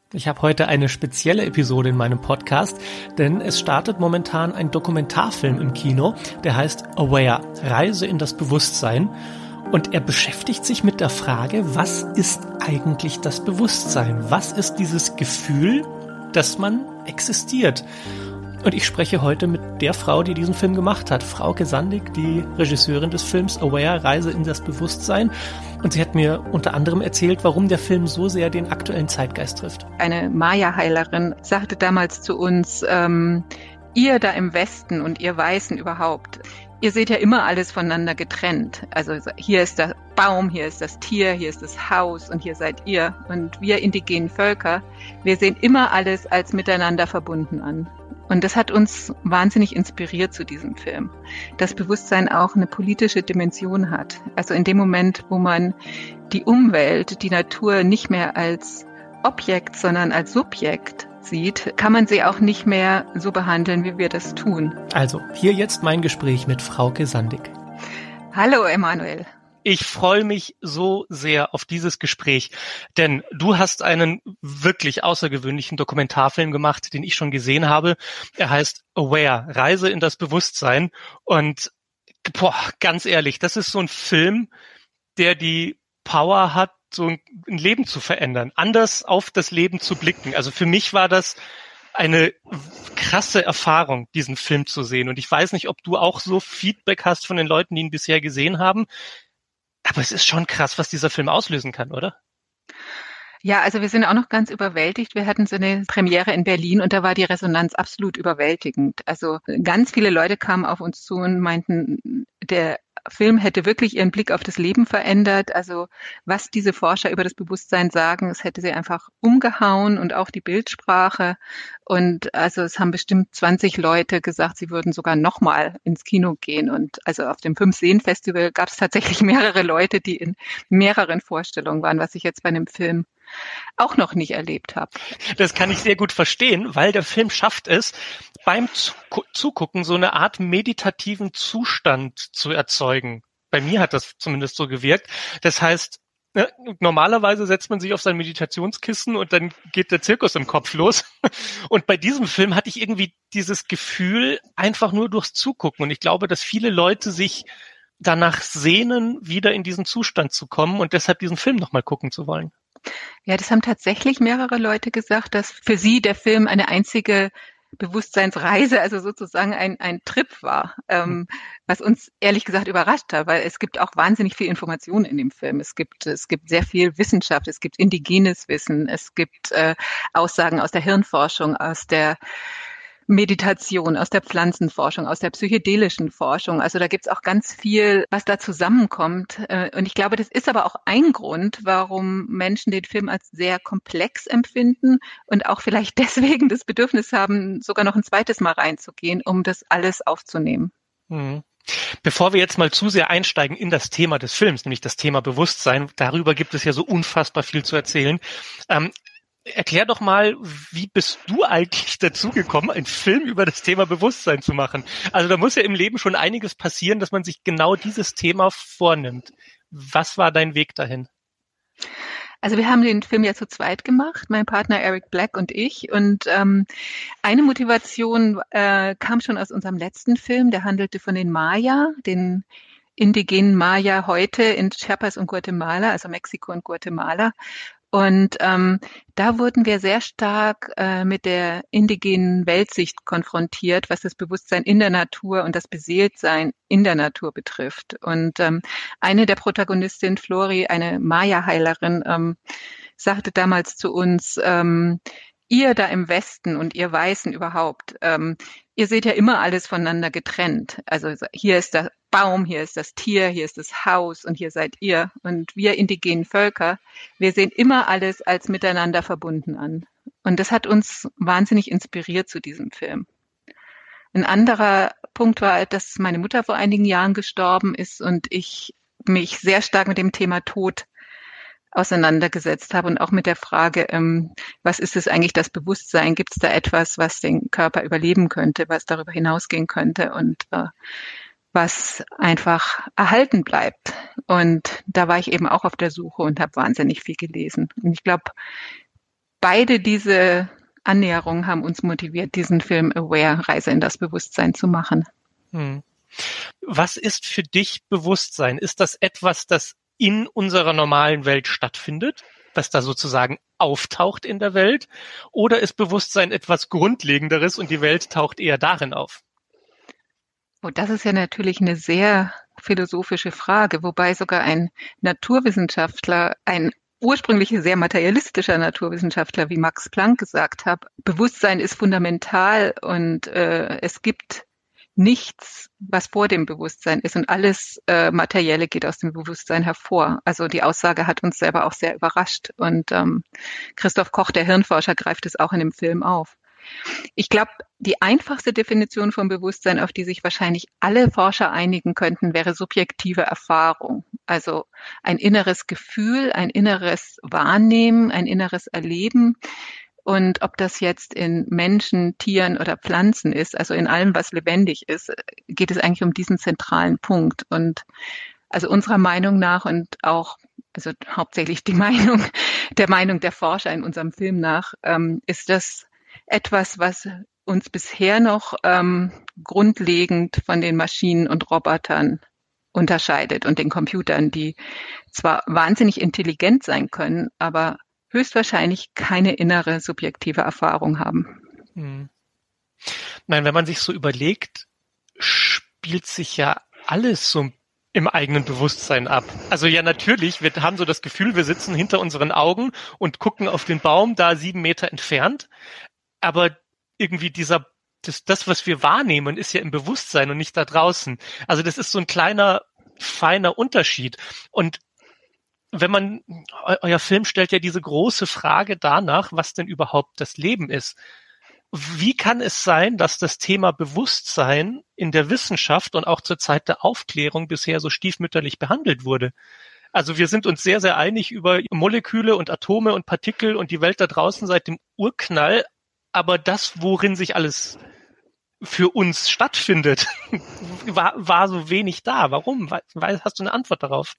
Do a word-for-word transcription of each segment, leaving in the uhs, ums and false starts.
Ich habe heute eine spezielle Episode in meinem Podcast, denn es startet momentan ein Dokumentarfilm im Kino, der heißt Aware, Reise in das Bewusstsein. Und er beschäftigt sich mit der Frage, was ist eigentlich das Bewusstsein? Was ist dieses Gefühl, dass man existiert? Und ich spreche heute mit der Frau, die diesen Film gemacht hat, Frauke Sandig, die Regisseurin des Films Aware, Reise in das Bewusstsein. Und sie hat mir unter anderem erzählt, warum der Film so sehr den aktuellen Zeitgeist trifft. Eine Maya-Heilerin sagte damals zu uns, ähm, ihr da im Westen und ihr Weißen überhaupt, ihr seht ja immer alles voneinander getrennt. Also hier ist der Baum, hier ist das Tier, hier ist das Haus und hier seid ihr. Und wir indigenen Völker, wir sehen immer alles als miteinander verbunden an. Und das hat uns wahnsinnig inspiriert zu diesem Film. Das Bewusstsein auch eine politische Dimension hat. Also in dem Moment, wo man die Umwelt, die Natur nicht mehr als Objekt, sondern als Subjekt sieht, kann man sie auch nicht mehr so behandeln, wie wir das tun. Also, hier jetzt mein Gespräch mit Frauke Sandig. Hallo, Emanuel. Ich freue mich so sehr auf dieses Gespräch, denn du hast einen wirklich außergewöhnlichen Dokumentarfilm gemacht, den ich schon gesehen habe. Er heißt Aware, Reise in das Bewusstsein. Und boah, ganz ehrlich, das ist so ein Film, der die Power hat, so ein Leben zu verändern, anders auf das Leben zu blicken. Also für mich war das eine krasse Erfahrung, diesen Film zu sehen. Und ich weiß nicht, ob du auch so Feedback hast von den Leuten, die ihn bisher gesehen haben. Aber es ist schon krass, was dieser Film auslösen kann, oder? Ja, also wir sind auch noch ganz überwältigt. Wir hatten so eine Premiere in Berlin und da war die Resonanz absolut überwältigend. Also ganz viele Leute kamen auf uns zu und meinten, der Film hätte wirklich ihren Blick auf das Leben verändert. Also was diese Forscher über das Bewusstsein sagen, es hätte sie einfach umgehauen und auch die Bildsprache. Und also es haben bestimmt zwanzig Leute gesagt, sie würden sogar nochmal ins Kino gehen. Und also auf dem Fünf-Seen-Festival gab es tatsächlich mehrere Leute, die in mehreren Vorstellungen waren, was ich jetzt bei einem Film auch noch nicht erlebt habe. Das kann ich sehr gut verstehen, weil der Film schafft es, beim Zugucken so eine Art meditativen Zustand zu erzeugen. Bei mir hat das zumindest so gewirkt. Das heißt, ne, normalerweise setzt man sich auf sein Meditationskissen und dann geht der Zirkus im Kopf los. Und bei diesem Film hatte ich irgendwie dieses Gefühl einfach nur durchs Zugucken. Und ich glaube, dass viele Leute sich danach sehnen, wieder in diesen Zustand zu kommen und deshalb diesen Film nochmal gucken zu wollen. Ja, das haben tatsächlich mehrere Leute gesagt, dass für sie der Film eine einzige Bewusstseinsreise, also sozusagen ein, ein Trip war, ähm, was uns ehrlich gesagt überrascht hat, weil es gibt auch wahnsinnig viel Information in dem Film. Es gibt, es gibt sehr viel Wissenschaft, es gibt indigenes Wissen, es gibt äh, Aussagen aus der Hirnforschung, aus der Meditation, aus der Pflanzenforschung, aus der psychedelischen Forschung. Also da gibt's auch ganz viel, was da zusammenkommt. Und ich glaube, das ist aber auch ein Grund, warum Menschen den Film als sehr komplex empfinden und auch vielleicht deswegen das Bedürfnis haben, sogar noch ein zweites Mal reinzugehen, um das alles aufzunehmen. Mhm. Bevor wir jetzt mal zu sehr einsteigen in das Thema des Films, nämlich das Thema Bewusstsein, darüber gibt es ja so unfassbar viel zu erzählen. Ähm, Erklär doch mal, wie bist du eigentlich dazu gekommen, einen Film über das Thema Bewusstsein zu machen? Also da muss ja im Leben schon einiges passieren, dass man sich genau dieses Thema vornimmt. Was war dein Weg dahin? Also wir haben den Film ja zu zweit gemacht, mein Partner Eric Black und ich. Und ähm, eine Motivation äh, kam schon aus unserem letzten Film, der handelte von den Maya, den indigenen Maya heute in Chiapas und Guatemala, also Mexiko und Guatemala. Und ähm, da wurden wir sehr stark äh, mit der indigenen Weltsicht konfrontiert, was das Bewusstsein in der Natur und das Beseeltsein in der Natur betrifft. Und ähm, eine der Protagonistinnen, Flori, eine Maya-Heilerin, ähm, sagte damals zu uns, ähm, ihr da im Westen und ihr Weißen überhaupt, ähm, ihr seht ja immer alles voneinander getrennt. Also hier ist der Baum, hier ist das Tier, hier ist das Haus und hier seid ihr. Und wir indigenen Völker, wir sehen immer alles als miteinander verbunden an. Und das hat uns wahnsinnig inspiriert zu diesem Film. Ein anderer Punkt war, dass meine Mutter vor einigen Jahren gestorben ist und ich mich sehr stark mit dem Thema Tod auseinandergesetzt habe und auch mit der Frage, ähm, was ist es eigentlich das Bewusstsein? Gibt es da etwas, was den Körper überleben könnte, was darüber hinausgehen könnte und äh, was einfach erhalten bleibt? Und da war ich eben auch auf der Suche und habe wahnsinnig viel gelesen. Und ich glaube, beide diese Annäherungen haben uns motiviert, diesen Film Aware, Reise in das Bewusstsein zu machen. Hm. Was ist für dich Bewusstsein? Ist das etwas, das in unserer normalen Welt stattfindet, das da sozusagen auftaucht in der Welt? Oder ist Bewusstsein etwas Grundlegenderes und die Welt taucht eher darin auf? Oh, das ist ja natürlich eine sehr philosophische Frage, wobei sogar ein Naturwissenschaftler, ein ursprünglich sehr materialistischer Naturwissenschaftler wie Max Planck gesagt hat, Bewusstsein ist fundamental und äh, es gibt nichts, was vor dem Bewusstsein ist und alles äh, Materielle geht aus dem Bewusstsein hervor. Also die Aussage hat uns selber auch sehr überrascht und ähm, Christoph Koch, der Hirnforscher, greift es auch in dem Film auf. Ich glaube, die einfachste Definition von Bewusstsein, auf die sich wahrscheinlich alle Forscher einigen könnten, wäre subjektive Erfahrung. Also ein inneres Gefühl, ein inneres Wahrnehmen, ein inneres Erleben. Und ob das jetzt in Menschen, Tieren oder Pflanzen ist, also in allem, was lebendig ist, geht es eigentlich um diesen zentralen Punkt. Und also unserer Meinung nach und auch, also hauptsächlich die Meinung, der Meinung der Forscher in unserem Film nach, ähm, ist das etwas, was uns bisher noch ähm, grundlegend von den Maschinen und Robotern unterscheidet und den Computern, die zwar wahnsinnig intelligent sein können, aber höchstwahrscheinlich keine innere subjektive Erfahrung haben. Hm. Nein, wenn man sich so überlegt, spielt sich ja alles so im eigenen Bewusstsein ab. Also ja, natürlich, wir haben so das Gefühl, wir sitzen hinter unseren Augen und gucken auf den Baum da sieben Meter entfernt. Aber irgendwie dieser, das, das, was wir wahrnehmen, ist ja im Bewusstsein und nicht da draußen. Also das ist so ein kleiner, feiner Unterschied. Und wenn man, eu, euer Film stellt ja diese große Frage danach, was denn überhaupt das Leben ist. Wie kann es sein, dass das Thema Bewusstsein in der Wissenschaft und auch zur Zeit der Aufklärung bisher so stiefmütterlich behandelt wurde? Also wir sind uns sehr, sehr einig über Moleküle und Atome und Partikel und die Welt da draußen seit dem Urknall. Aber das, worin sich alles für uns stattfindet, war, war so wenig da. Warum? Hast du eine Antwort darauf?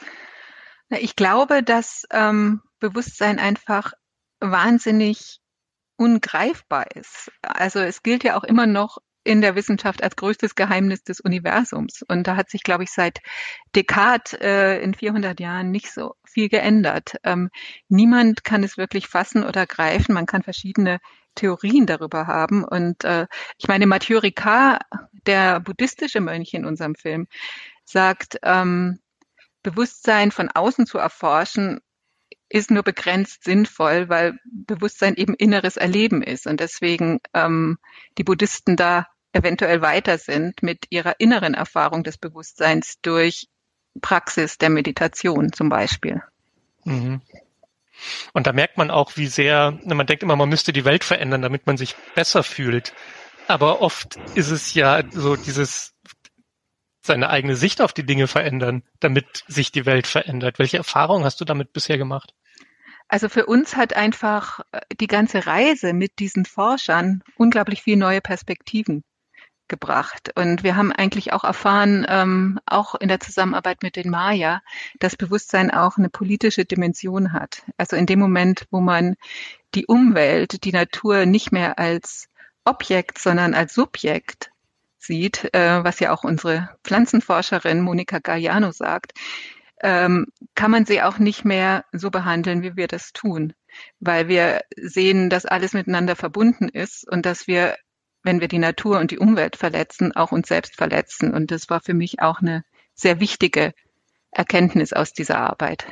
Na, ich glaube, dass ähm, Bewusstsein einfach wahnsinnig ungreifbar ist. Also es gilt ja auch immer noch in der Wissenschaft als größtes Geheimnis des Universums. Und da hat sich, glaube ich, seit Descartes äh, in vierhundert Jahren nicht so viel geändert. Ähm, niemand kann es wirklich fassen oder greifen. Man kann verschiedene Theorien darüber haben. Und äh, ich meine, Mathieu Ricard, der buddhistische Mönch in unserem Film, sagt, ähm, Bewusstsein von außen zu erforschen, ist nur begrenzt sinnvoll, weil Bewusstsein eben inneres Erleben ist und deswegen ähm, die Buddhisten da eventuell weiter sind mit ihrer inneren Erfahrung des Bewusstseins durch Praxis der Meditation zum Beispiel. Mhm. Und da merkt man auch, wie sehr, man denkt immer, man müsste die Welt verändern, damit man sich besser fühlt. Aber oft ist es ja so dieses, seine eigene Sicht auf die Dinge verändern, damit sich die Welt verändert. Welche Erfahrungen hast du damit bisher gemacht? Also für uns hat einfach die ganze Reise mit diesen Forschern unglaublich viel neue Perspektiven gebracht. Und wir haben eigentlich auch erfahren, ähm, auch in der Zusammenarbeit mit den Maya, dass Bewusstsein auch eine politische Dimension hat. Also in dem Moment, wo man die Umwelt, die Natur nicht mehr als Objekt, sondern als Subjekt sieht, äh, was ja auch unsere Pflanzenforscherin Monika Gaiano sagt, ähm, kann man sie auch nicht mehr so behandeln, wie wir das tun, weil wir sehen, dass alles miteinander verbunden ist und dass wir, wenn wir die Natur und die Umwelt verletzen, auch uns selbst verletzen. Und das war für mich auch eine sehr wichtige Erkenntnis aus dieser Arbeit.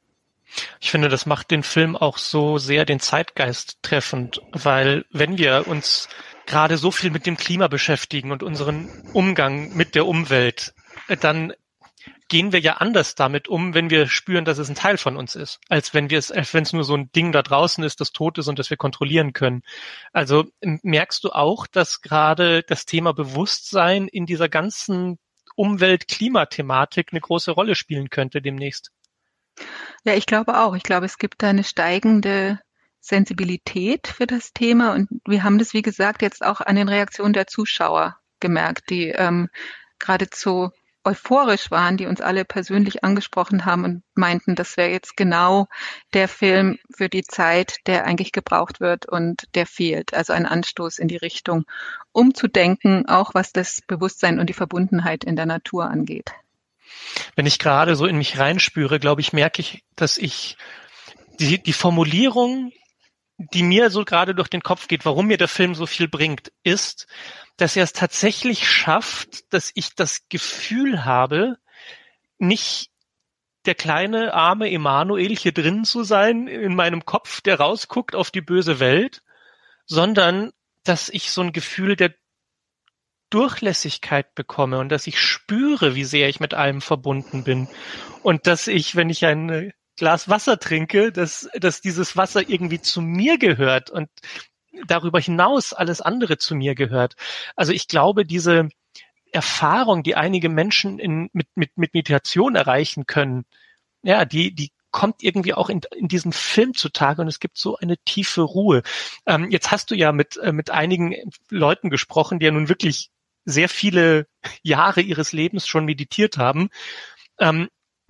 Ich finde, das macht den Film auch so sehr den Zeitgeist treffend, weil wenn wir uns gerade so viel mit dem Klima beschäftigen und unseren Umgang mit der Umwelt, dann gehen wir ja anders damit um, wenn wir spüren, dass es ein Teil von uns ist, als wenn wir es, als wenn es nur so ein Ding da draußen ist, das tot ist und das wir kontrollieren können. Also merkst du auch, dass gerade das Thema Bewusstsein in dieser ganzen Umwelt-Klima-Thematik eine große Rolle spielen könnte demnächst? Ja, ich glaube auch. Ich glaube, es gibt da eine steigende Sensibilität für das Thema und wir haben das, wie gesagt, jetzt auch an den Reaktionen der Zuschauer gemerkt, die ähm, geradezu euphorisch waren, die uns alle persönlich angesprochen haben und meinten, das wäre jetzt genau der Film für die Zeit, der eigentlich gebraucht wird und der fehlt. Also ein Anstoß in die Richtung, umzudenken, auch was das Bewusstsein und die Verbundenheit in der Natur angeht. Wenn ich gerade so in mich reinspüre, glaube ich, merke ich, dass ich die, die Formulierung, die mir so gerade durch den Kopf geht, warum mir der Film so viel bringt, ist, dass er es tatsächlich schafft, dass ich das Gefühl habe, nicht der kleine, arme Emanuel hier drin zu sein, in meinem Kopf, der rausguckt auf die böse Welt, sondern dass ich so ein Gefühl der Durchlässigkeit bekomme und dass ich spüre, wie sehr ich mit allem verbunden bin und dass ich, wenn ich ein Glas Wasser trinke, dass, dass dieses Wasser irgendwie zu mir gehört und darüber hinaus alles andere zu mir gehört. Also ich glaube, diese Erfahrung, die einige Menschen in, mit, mit, mit Meditation erreichen können, ja, die, die kommt irgendwie auch in, in diesem Film zutage und es gibt so eine tiefe Ruhe. Ähm, jetzt hast du ja mit, äh, mit einigen Leuten gesprochen, die ja nun wirklich sehr viele Jahre ihres Lebens schon meditiert haben. Ähm,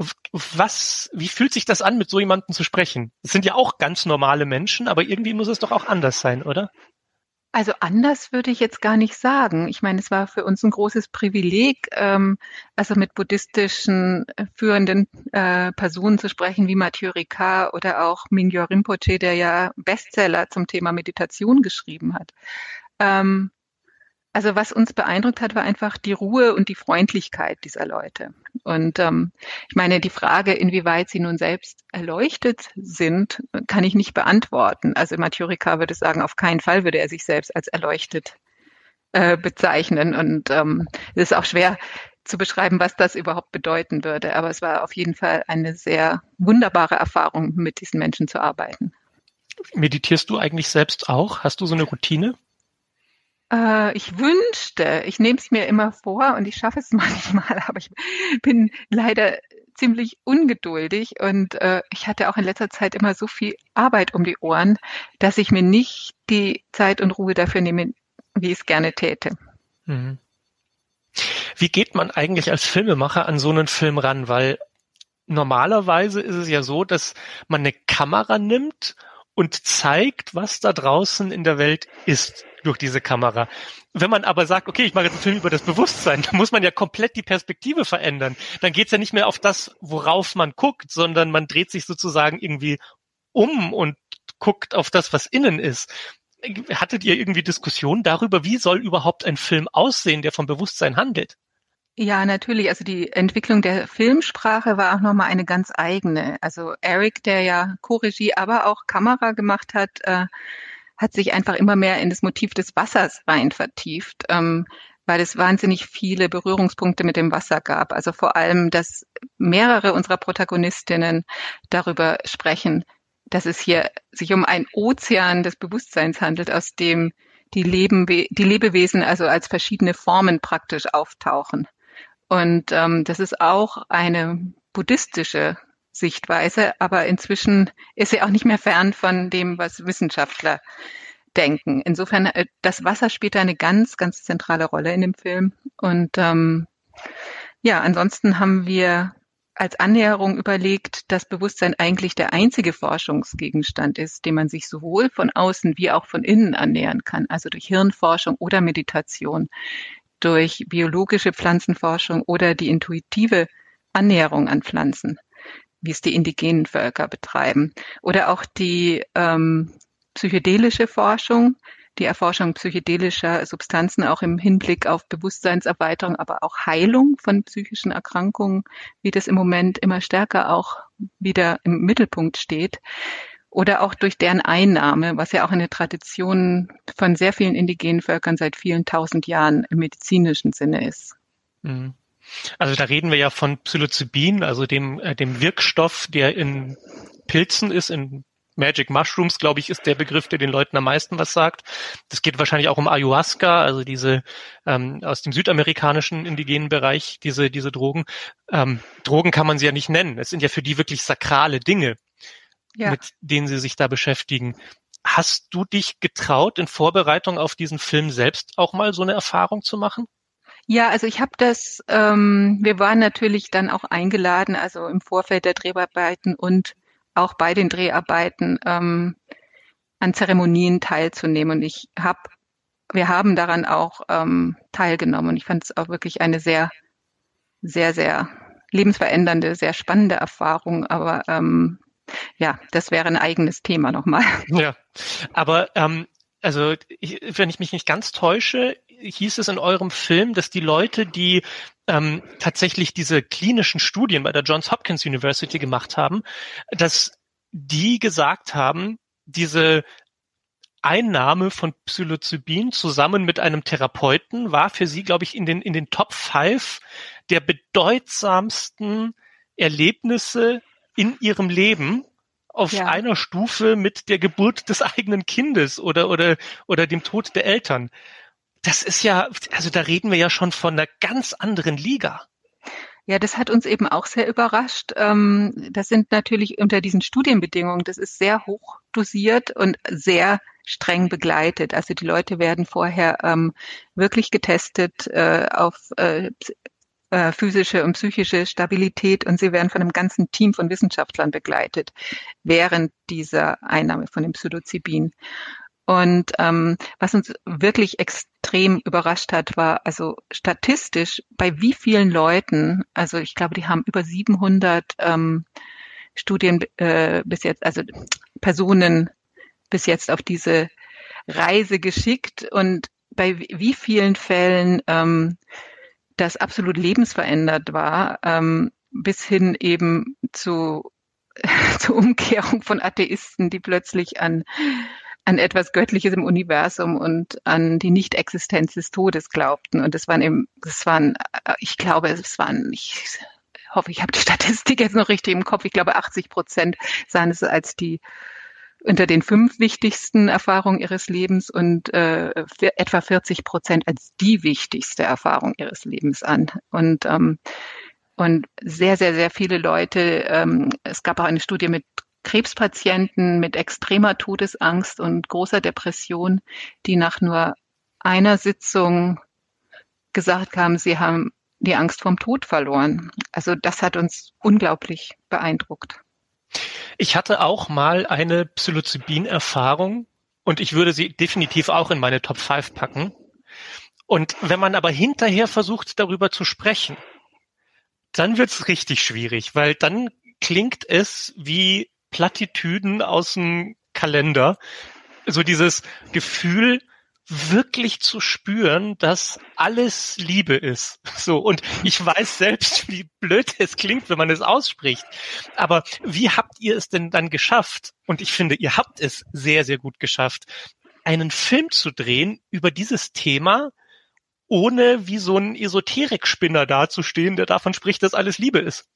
Was, wie fühlt sich das an, mit so jemandem zu sprechen? Es sind ja auch ganz normale Menschen, aber irgendwie muss es doch auch anders sein, oder? Also anders würde ich jetzt gar nicht sagen. Ich meine, es war für uns ein großes Privileg, ähm, also mit buddhistischen äh, führenden äh, Personen zu sprechen, wie Mathieu Ricard oder auch Mingyur Rinpoche, der ja Bestseller zum Thema Meditation geschrieben hat. Ähm, Also was uns beeindruckt hat, war einfach die Ruhe und die Freundlichkeit dieser Leute. Und ähm, ich meine, die Frage, inwieweit sie nun selbst erleuchtet sind, kann ich nicht beantworten. Also Mathieu Ricard würde sagen, auf keinen Fall würde er sich selbst als erleuchtet äh, bezeichnen. Und ähm, es ist auch schwer zu beschreiben, was das überhaupt bedeuten würde. Aber es war auf jeden Fall eine sehr wunderbare Erfahrung, mit diesen Menschen zu arbeiten. Meditierst du eigentlich selbst auch? Hast du so eine Routine? Äh, ich wünschte, ich nehme es mir immer vor und ich schaffe es manchmal, aber ich bin leider ziemlich ungeduldig und äh, ich hatte auch in letzter Zeit immer so viel Arbeit um die Ohren, dass ich mir nicht die Zeit und Ruhe dafür nehme, wie ich es gerne täte. Mhm. Wie geht man eigentlich als Filmemacher an so einen Film ran? Weil normalerweise ist es ja so, dass man eine Kamera nimmt und zeigt, was da draußen in der Welt ist durch diese Kamera. Wenn man aber sagt, okay, ich mache jetzt einen Film über das Bewusstsein, dann muss man ja komplett die Perspektive verändern. Dann geht's ja nicht mehr auf das, worauf man guckt, sondern man dreht sich sozusagen irgendwie um und guckt auf das, was innen ist. Hattet ihr irgendwie Diskussionen darüber, wie soll überhaupt ein Film aussehen, der vom Bewusstsein handelt? Ja, natürlich. Also die Entwicklung der Filmsprache war auch nochmal eine ganz eigene. Also Eric, der ja Co-Regie, aber auch Kamera gemacht hat, äh, hat sich einfach immer mehr in das Motiv des Wassers rein vertieft, ähm, weil es wahnsinnig viele Berührungspunkte mit dem Wasser gab. Also vor allem, dass mehrere unserer Protagonistinnen darüber sprechen, dass es hier sich um einen Ozean des Bewusstseins handelt, aus dem die, Leben, die Lebewesen also als verschiedene Formen praktisch auftauchen. Und ähm, das ist auch eine buddhistische Sichtweise, aber inzwischen ist sie auch nicht mehr fern von dem, was Wissenschaftler denken. Insofern, äh, das Wasser spielt eine ganz, ganz zentrale Rolle in dem Film. Und ähm, ja, ansonsten haben wir als Annäherung überlegt, dass Bewusstsein eigentlich der einzige Forschungsgegenstand ist, dem man sich sowohl von außen wie auch von innen annähern kann, also durch Hirnforschung oder Meditation, durch biologische Pflanzenforschung oder die intuitive Annäherung an Pflanzen, wie es die indigenen Völker betreiben, oder auch die ähm, psychedelische Forschung, die Erforschung psychedelischer Substanzen auch im Hinblick auf Bewusstseinserweiterung, aber auch Heilung von psychischen Erkrankungen, wie das im Moment immer stärker auch wieder im Mittelpunkt steht. Oder auch durch deren Einnahme, was ja auch eine Tradition von sehr vielen indigenen Völkern seit vielen tausend Jahren im medizinischen Sinne ist. Also da reden wir ja von Psilocybin, also dem, äh, dem Wirkstoff, der in Pilzen ist, in Magic Mushrooms, glaube ich, ist der Begriff, der den Leuten am meisten was sagt. Das geht wahrscheinlich auch um Ayahuasca, also diese ähm, aus dem südamerikanischen indigenen Bereich, diese diese Drogen. Ähm, Drogen kann man sie ja nicht nennen. Es sind ja für die wirklich sakrale Dinge, ja, mit denen sie sich da beschäftigen. Hast du dich getraut, in Vorbereitung auf diesen Film selbst auch mal so eine Erfahrung zu machen? Ja, also ich habe das, ähm, wir waren natürlich dann auch eingeladen, also im Vorfeld der Dreharbeiten und auch bei den Dreharbeiten ähm, an Zeremonien teilzunehmen. Und ich habe, wir haben daran auch ähm, teilgenommen. Und ich fand es auch wirklich eine sehr, sehr, sehr lebensverändernde, sehr spannende Erfahrung. Aber ähm, ja, das wäre ein eigenes Thema nochmal. Ja, aber ähm, also ich, wenn ich mich nicht ganz täusche, hieß es in eurem Film, dass die Leute, die ähm, tatsächlich diese klinischen Studien bei der Johns Hopkins University gemacht haben, dass die gesagt haben, diese Einnahme von Psilocybin zusammen mit einem Therapeuten war für sie, glaube ich, in den in den Top Five der bedeutsamsten Erlebnisse in ihrem Leben, auf Ja. einer Stufe mit der Geburt des eigenen Kindes oder oder oder dem Tod der Eltern. Das ist ja, also da reden wir ja schon von einer ganz anderen Liga. Ja, das hat uns eben auch sehr überrascht. Ähm, das sind natürlich unter diesen Studienbedingungen, das ist sehr hoch dosiert und sehr streng begleitet. Also die Leute werden vorher ähm, wirklich getestet äh, auf äh, äh, physische und psychische Stabilität und sie werden von einem ganzen Team von Wissenschaftlern begleitet während dieser Einnahme von dem Psilocybin. Und ähm, was uns wirklich extrem überrascht hat, war also statistisch, bei wie vielen Leuten, also ich glaube, die haben über siebenhundert ähm, Studien äh, bis jetzt, also Personen bis jetzt auf diese Reise geschickt und bei wie vielen Fällen ähm, das absolut lebensverändert war, ähm, bis hin eben zu zur Umkehrung von Atheisten, die plötzlich an an etwas Göttliches im Universum und an die Nichtexistenz des Todes glaubten. Und das waren eben, das waren, ich glaube, es waren, ich hoffe, ich habe die Statistik jetzt noch richtig im Kopf, ich glaube, achtzig Prozent sahen es als die unter den fünf wichtigsten Erfahrungen ihres Lebens und äh, etwa vierzig Prozent als die wichtigste Erfahrung ihres Lebens an. Und ähm, und sehr, sehr, sehr viele Leute, ähm, es gab auch eine Studie mit Krebspatienten mit extremer Todesangst und großer Depression, die nach nur einer Sitzung gesagt haben, sie haben die Angst vorm Tod verloren. Also das hat uns unglaublich beeindruckt. Ich hatte auch mal eine Psilocybin-Erfahrung und ich würde sie definitiv auch in meine Top fünf packen. Und wenn man aber hinterher versucht, darüber zu sprechen, dann wird's richtig schwierig, weil dann klingt es wie Plattitüden aus dem Kalender. So dieses Gefühl, wirklich zu spüren, dass alles Liebe ist. So, und ich weiß selbst, wie blöd es klingt, wenn man es ausspricht. Aber wie habt ihr es denn dann geschafft? Und ich finde, ihr habt es sehr, sehr gut geschafft, einen Film zu drehen über dieses Thema, ohne wie so ein Esoterik-Spinner dazustehen, der davon spricht, dass alles Liebe ist.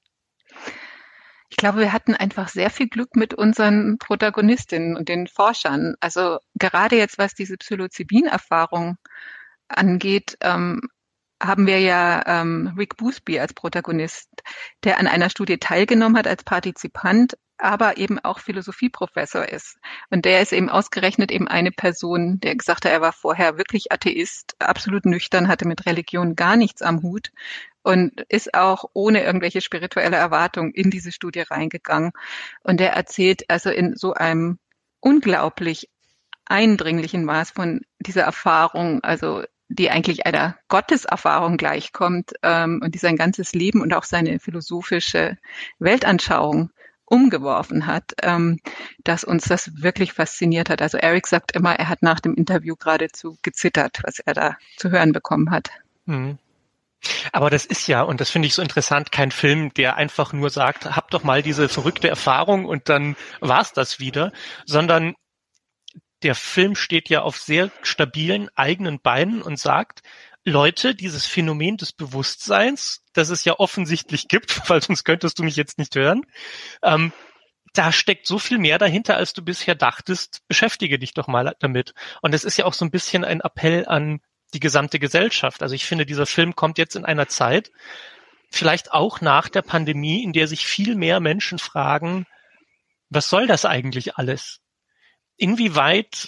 Ich glaube, wir hatten einfach sehr viel Glück mit unseren Protagonistinnen und den Forschern. Also gerade jetzt, was diese Psilocybin-Erfahrung angeht, ähm, haben wir ja ähm, Rick Boothby als Protagonist, der an einer Studie teilgenommen hat als Partizipant, aber eben auch Philosophieprofessor ist. Und der ist eben ausgerechnet eben eine Person, der gesagt hat, er war vorher wirklich Atheist, absolut nüchtern, hatte mit Religion gar nichts am Hut und ist auch ohne irgendwelche spirituelle Erwartung in diese Studie reingegangen. Und er erzählt also in so einem unglaublich eindringlichen Maß von dieser Erfahrung, also die eigentlich einer Gotteserfahrung gleichkommt ähm, und die sein ganzes Leben und auch seine philosophische Weltanschauung umgeworfen hat, ähm, dass uns das wirklich fasziniert hat. Also Eric sagt immer, er hat nach dem Interview geradezu gezittert, was er da zu hören bekommen hat. Mhm. Aber das ist ja, und das finde ich so interessant, kein Film, der einfach nur sagt, hab doch mal diese verrückte Erfahrung und dann war's das wieder, sondern der Film steht ja auf sehr stabilen eigenen Beinen und sagt, Leute, dieses Phänomen des Bewusstseins, das es ja offensichtlich gibt, weil sonst könntest du mich jetzt nicht hören, ähm, da steckt so viel mehr dahinter, als du bisher dachtest, beschäftige dich doch mal damit. Und es ist ja auch so ein bisschen ein Appell an die gesamte Gesellschaft. Also ich finde, dieser Film kommt jetzt in einer Zeit, vielleicht auch nach der Pandemie, in der sich viel mehr Menschen fragen, was soll das eigentlich alles? Inwieweit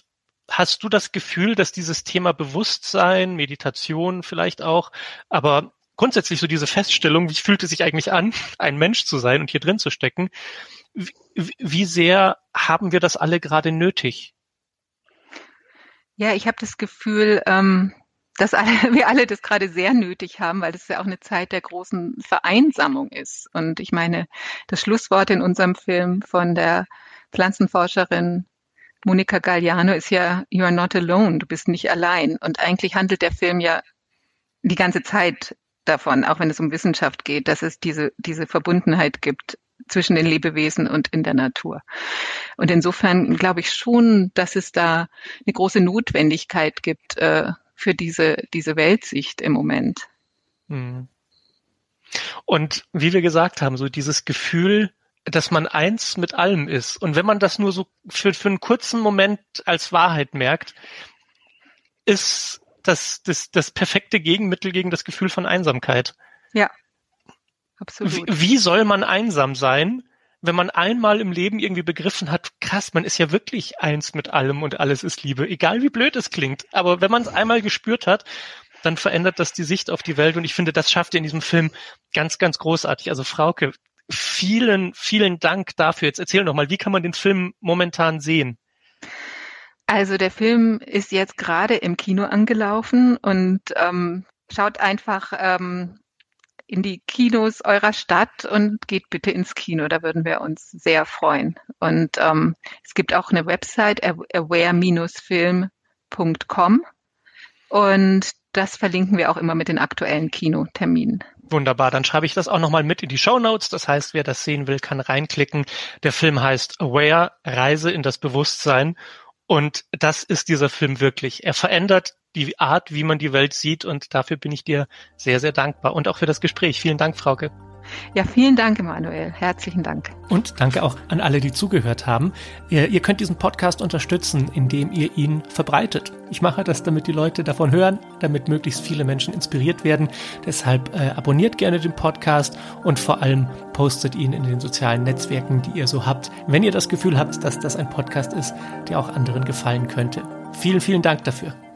hast du das Gefühl, dass dieses Thema Bewusstsein, Meditation vielleicht auch, aber grundsätzlich so diese Feststellung, wie fühlt es sich eigentlich an, ein Mensch zu sein und hier drin zu stecken, wie, wie sehr haben wir das alle gerade nötig? Ja, ich habe das Gefühl, ähm, dass alle, wir alle das gerade sehr nötig haben, weil das ja auch eine Zeit der großen Vereinsamung ist. Und ich meine, das Schlusswort in unserem Film von der Pflanzenforscherin Monica Galliano ist ja, "You are not alone", du bist nicht allein. Und eigentlich handelt der Film ja die ganze Zeit davon, auch wenn es um Wissenschaft geht, dass es diese, diese Verbundenheit gibt zwischen den Lebewesen und in der Natur. Und insofern glaube ich schon, dass es da eine große Notwendigkeit gibt äh, für diese, diese Weltsicht im Moment. Und wie wir gesagt haben, so dieses Gefühl, dass man eins mit allem ist. Und wenn man das nur so für, für einen kurzen Moment als Wahrheit merkt, ist das, das, das perfekte Gegenmittel gegen das Gefühl von Einsamkeit. Ja, absolut. Wie, wie soll man einsam sein, wenn man einmal im Leben irgendwie begriffen hat, krass, man ist ja wirklich eins mit allem und alles ist Liebe, egal wie blöd es klingt. Aber wenn man es einmal gespürt hat, dann verändert das die Sicht auf die Welt. Und ich finde, das schafft ihr in diesem Film ganz, ganz großartig. Also Frauke, vielen, vielen Dank dafür. Jetzt erzähl noch mal, wie kann man den Film momentan sehen? Also der Film ist jetzt gerade im Kino angelaufen und ähm, schaut einfach ähm, in die Kinos eurer Stadt und geht bitte ins Kino. Da würden wir uns sehr freuen. Und ähm, es gibt auch eine Website, aware Bindestrich film Punkt com, und das verlinken wir auch immer mit den aktuellen Kinoterminen. Wunderbar, dann schreibe ich das auch nochmal mit in die Shownotes. Das heißt, wer das sehen will, kann reinklicken. Der Film heißt Aware, Reise in das Bewusstsein. Und das ist dieser Film wirklich. Er verändert die Art, wie man die Welt sieht, und dafür bin ich dir sehr, sehr dankbar. Und auch für das Gespräch. Vielen Dank, Frauke. Ja, vielen Dank, Emanuel. Herzlichen Dank. Und danke auch an alle, die zugehört haben. Ihr, ihr könnt diesen Podcast unterstützen, indem ihr ihn verbreitet. Ich mache das, damit die Leute davon hören, damit möglichst viele Menschen inspiriert werden. Deshalb äh, abonniert gerne den Podcast und vor allem postet ihn in den sozialen Netzwerken, die ihr so habt, wenn ihr das Gefühl habt, dass das ein Podcast ist, der auch anderen gefallen könnte. Vielen, vielen Dank dafür.